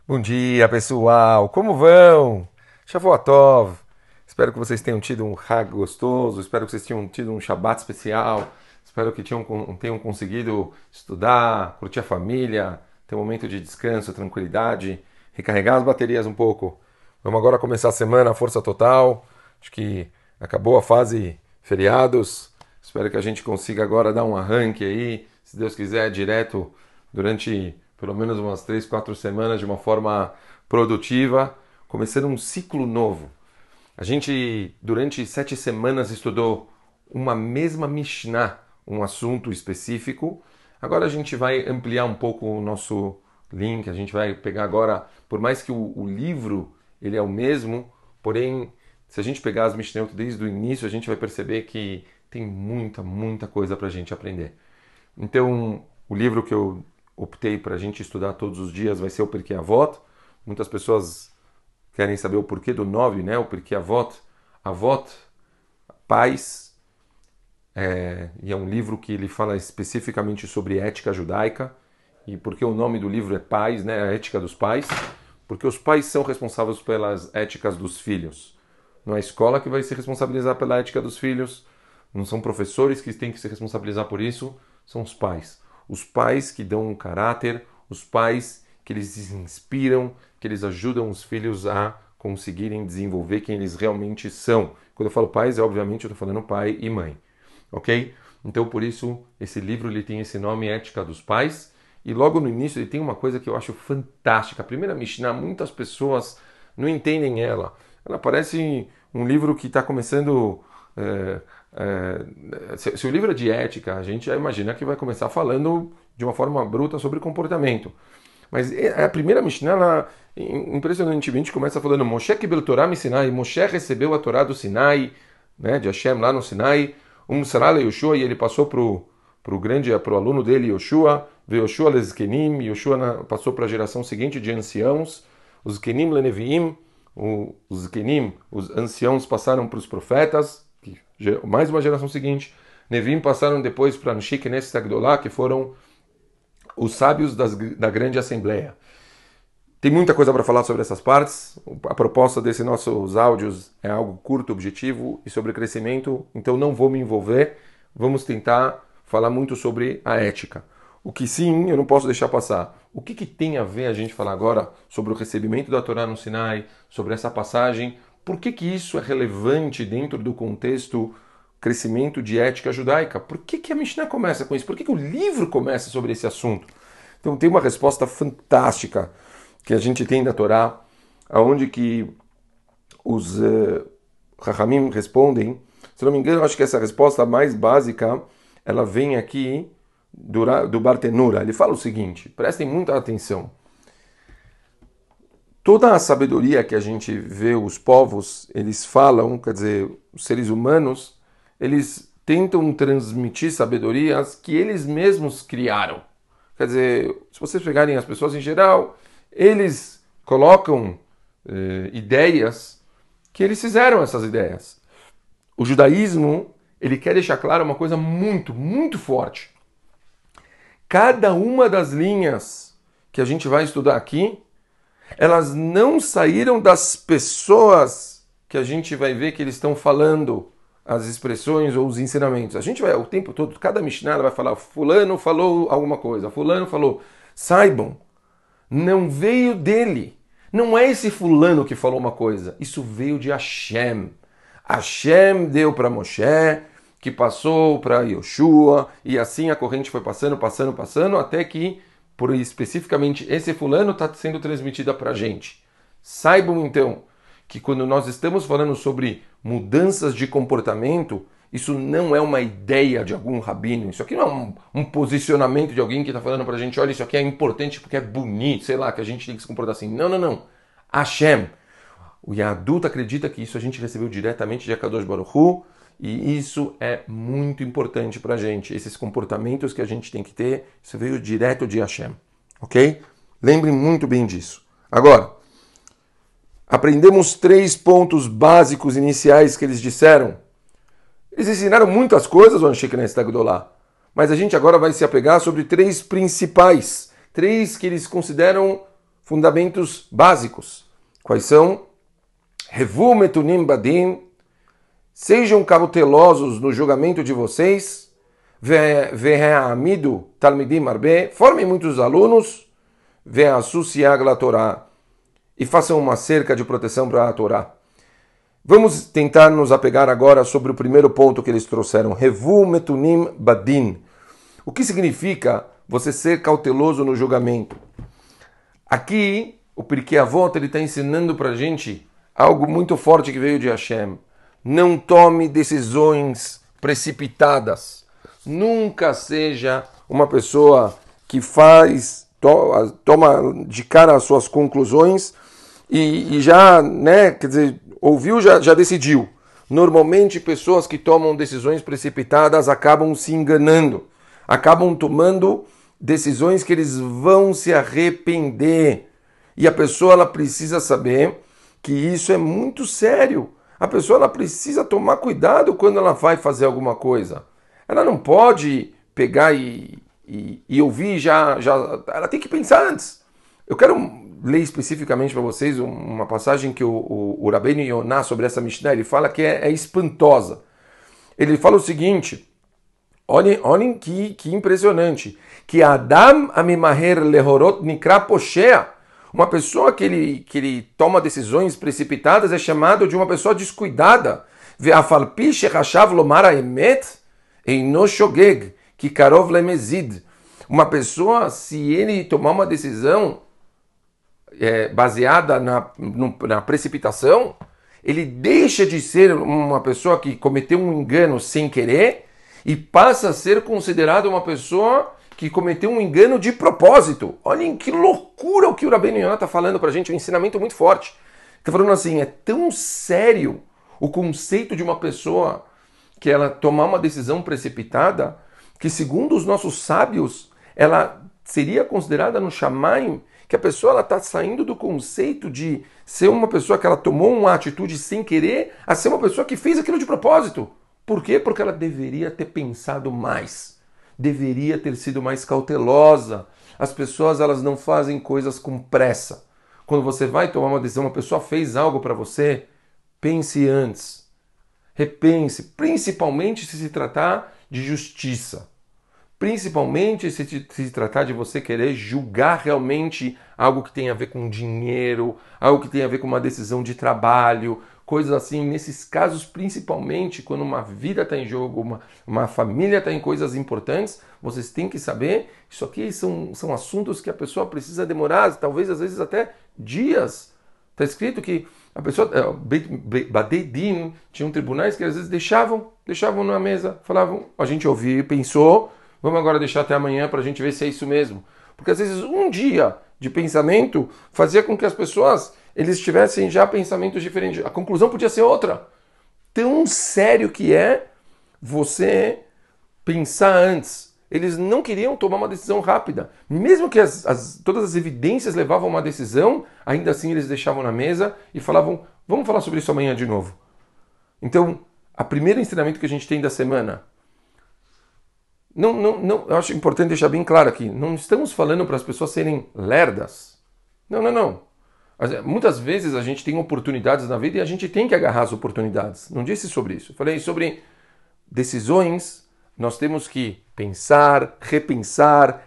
Bom dia, pessoal! Como vão? Shavuot. Espero que vocês tenham tido um Hag gostoso, espero que vocês tenham tido um Shabbat especial, espero que tenham conseguido estudar, curtir a família, ter um momento de descanso, tranquilidade, recarregar as baterias um pouco. Vamos agora começar a semana, força total. Acho que acabou a fase feriados. Espero que a gente consiga agora dar um arranque aí, se Deus quiser, direto durante pelo menos umas 3, 4 semanas de uma forma produtiva, começando um ciclo novo. A gente, durante 7 semanas, estudou uma mesma Mishnah, um assunto específico. Agora a gente vai ampliar um pouco o nosso link, a gente vai pegar agora, por mais que o livro ele é o mesmo, porém, se a gente pegar as Mishnayot desde o início, a gente vai perceber que tem muita coisa para a gente aprender. Então, o livro que eu optei para a gente estudar todos os dias vai ser o Pirkei Avot. Muitas pessoas querem saber o porquê do 9, né? O Pirkei Avot. Avot, pais, e é um livro que ele fala especificamente sobre ética judaica. E porque o nome do livro é Pais, né? A ética dos pais. Porque os pais são responsáveis pelas éticas dos filhos. Não é a escola que vai se responsabilizar pela ética dos filhos, não são professores que têm que se responsabilizar por isso, são os pais. Os pais que dão um caráter, os pais que eles inspiram, que eles ajudam os filhos a conseguirem desenvolver quem eles realmente são. Quando eu falo pais, obviamente eu estou falando pai e mãe, ok? Então por isso esse livro ele tem esse nome, Ética dos Pais, e logo no início ele tem uma coisa que eu acho fantástica. A primeira Mishnah, muitas pessoas não entendem ela. Ela parece um livro que está começando... se o livro é de ética, a gente já imagina que vai começar falando de uma forma bruta sobre comportamento. Mas a primeira Mishnah, ela, impressionantemente, começa falando Moshe Kibel Torah mi Sinai, Moshe recebeu a Torá do Sinai, né, de Hashem lá no Sinai, Saral Yoshua, e ele passou para o aluno dele, Yoshua, Yoshua lezkenim, Yoshua passou para a geração seguinte de anciãos, os Zkenim leneviim, os Zkenim, os anciãos passaram para os profetas, mais uma geração seguinte. Nevim passaram depois para Anshi Knesset Agdolá, que foram os sábios da grande assembleia. Tem muita coisa para falar sobre essas partes. A proposta desses nossos áudios é algo curto, objetivo e sobre crescimento, então não vou me envolver. Vamos tentar falar muito sobre a ética. O que sim, eu não posso deixar passar. O que tem a ver a gente falar agora sobre o recebimento da Torá no Sinai, sobre essa passagem? Por que isso é relevante dentro do contexto crescimento de ética judaica? Por que a Mishnah começa com isso? Por que o livro começa sobre esse assunto? Então tem uma resposta fantástica que a gente tem da Torá, onde que os Chachamim respondem. Se não me engano, acho que essa resposta mais básica, ela vem aqui do Bartenura. Ele fala o seguinte, prestem muita atenção. Toda a sabedoria que a gente vê os povos, eles falam, quer dizer, os seres humanos, eles tentam transmitir sabedorias que eles mesmos criaram. Quer dizer, se vocês pegarem as pessoas em geral, eles colocam ideias que eles fizeram essas ideias. O judaísmo, ele quer deixar claro uma coisa muito forte. Cada uma das linhas que a gente vai estudar aqui, elas não saíram das pessoas que a gente vai ver que eles estão falando as expressões ou os ensinamentos. A gente vai, o tempo todo, cada Mishnah vai falar, fulano falou alguma coisa, fulano falou. Saibam, não veio dele. Não é esse fulano que falou uma coisa. Isso veio de Hashem. Hashem deu para Moshe, que passou para Yoshua, e assim a corrente foi passando, até que por especificamente esse fulano está sendo transmitida para a gente. Saibam então que quando nós estamos falando sobre mudanças de comportamento, isso não é uma ideia de algum rabino, isso aqui não é um posicionamento de alguém que está falando para a gente, olha, isso aqui é importante porque é bonito, sei lá, que a gente tem que se comportar assim. Não. Hashem. O Yahudut acredita que isso a gente recebeu diretamente de Akadosh Baruch Hu, e isso é muito importante para a gente. Esses comportamentos que a gente tem que ter, isso veio direto de Hashem. Ok? Lembrem muito bem disso. Agora, aprendemos 3 pontos básicos iniciais que eles disseram. Eles ensinaram muitas coisas, o Anshi Knesset Agdolá, mas a gente agora vai se apegar sobre 3 principais. 3 que eles consideram fundamentos básicos. Quais são? Revu metunim badim, sejam cautelosos no julgamento de vocês, ve'amidu talmidim arbe, formem muitos alunos, ve'asu siag la Torá, e façam uma cerca de proteção para a Torá. Vamos tentar nos apegar agora sobre o primeiro ponto que eles trouxeram, Revu metunim badin. O que significa você ser cauteloso no julgamento? Aqui, o Pirkei Avot está ensinando para a gente algo muito forte que veio de Hashem. Não tome decisões precipitadas. Nunca seja uma pessoa que toma de cara as suas conclusões e já, quer dizer, ouviu, já decidiu. Normalmente, pessoas que tomam decisões precipitadas acabam se enganando, acabam tomando decisões que eles vão se arrepender. E a pessoa ela precisa saber que isso é muito sério. A pessoa ela precisa tomar cuidado quando ela vai fazer alguma coisa. Ela não pode pegar e ouvir já. Ela tem que pensar antes. Eu quero ler especificamente para vocês uma passagem que o Rabbeinu Yonah sobre essa Mishnah, ele fala que é espantosa. Ele fala o seguinte, olhem que impressionante, que Adam amimaher lehorot nikra poshea, uma pessoa que ele toma decisões precipitadas é chamado de uma pessoa descuidada. Ve'afalpi shechachav lomar haemet eino shogeg ki karov lemezid. Uma pessoa, se ele tomar uma decisão baseada na precipitação, ele deixa de ser uma pessoa que cometeu um engano sem querer e passa a ser considerado uma pessoa que cometeu um engano de propósito. Olhem que loucura o que o Rabbeinu Yonah está falando para a gente, um ensinamento muito forte. Está falando assim, é tão sério o conceito de uma pessoa que ela tomar uma decisão precipitada, que segundo os nossos sábios, ela seria considerada no Shamaim, que a pessoa está saindo do conceito de ser uma pessoa que ela tomou uma atitude sem querer, a ser uma pessoa que fez aquilo de propósito. Por quê? Porque ela deveria ter pensado mais. Deveria ter sido mais cautelosa. As pessoas elas não fazem coisas com pressa. Quando você vai tomar uma decisão, uma pessoa fez algo para você, pense antes. Repense, principalmente se tratar de justiça. Principalmente se tratar de você querer julgar realmente algo que tem a ver com dinheiro, algo que tem a ver com uma decisão de trabalho, coisas assim. Nesses casos, principalmente, quando uma vida está em jogo, uma família está em coisas importantes, vocês têm que saber, isso aqui são assuntos que a pessoa precisa demorar, talvez às vezes até dias. Está escrito que a pessoa, Badei Din, tinham tribunais que às vezes deixavam na mesa, falavam, a gente ouviu, pensou, vamos agora deixar até amanhã para a gente ver se é isso mesmo. Porque às vezes um dia de pensamento fazia com que as pessoas eles tivessem já pensamentos diferentes. A conclusão podia ser outra. Tão sério que é você pensar antes. Eles não queriam tomar uma decisão rápida. Mesmo que todas as evidências levavam a uma decisão, ainda assim eles deixavam na mesa e falavam, vamos falar sobre isso amanhã de novo. Então, o primeiro ensinamento que a gente tem da semana, não, eu acho importante deixar bem claro aqui, não estamos falando para as pessoas serem lerdas. Não. Muitas vezes a gente tem oportunidades na vida e a gente tem que agarrar as oportunidades. Não disse sobre isso. Eu falei sobre decisões, nós temos que pensar, repensar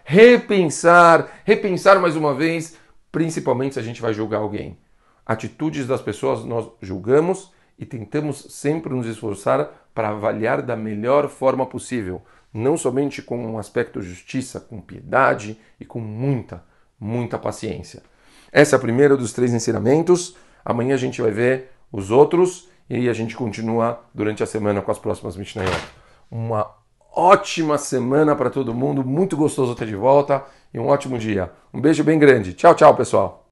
mais uma vez, principalmente se a gente vai julgar alguém. Atitudes das pessoas nós julgamos e tentamos sempre nos esforçar para avaliar da melhor forma possível. Não somente com um aspecto de justiça, com piedade e com muita paciência. Essa é a primeira dos 3 ensinamentos. Amanhã a gente vai ver os outros e a gente continua durante a semana com as próximas Mishnayot. Uma ótima semana para todo mundo, muito gostoso ter de volta e um ótimo dia. Um beijo bem grande. Tchau, pessoal.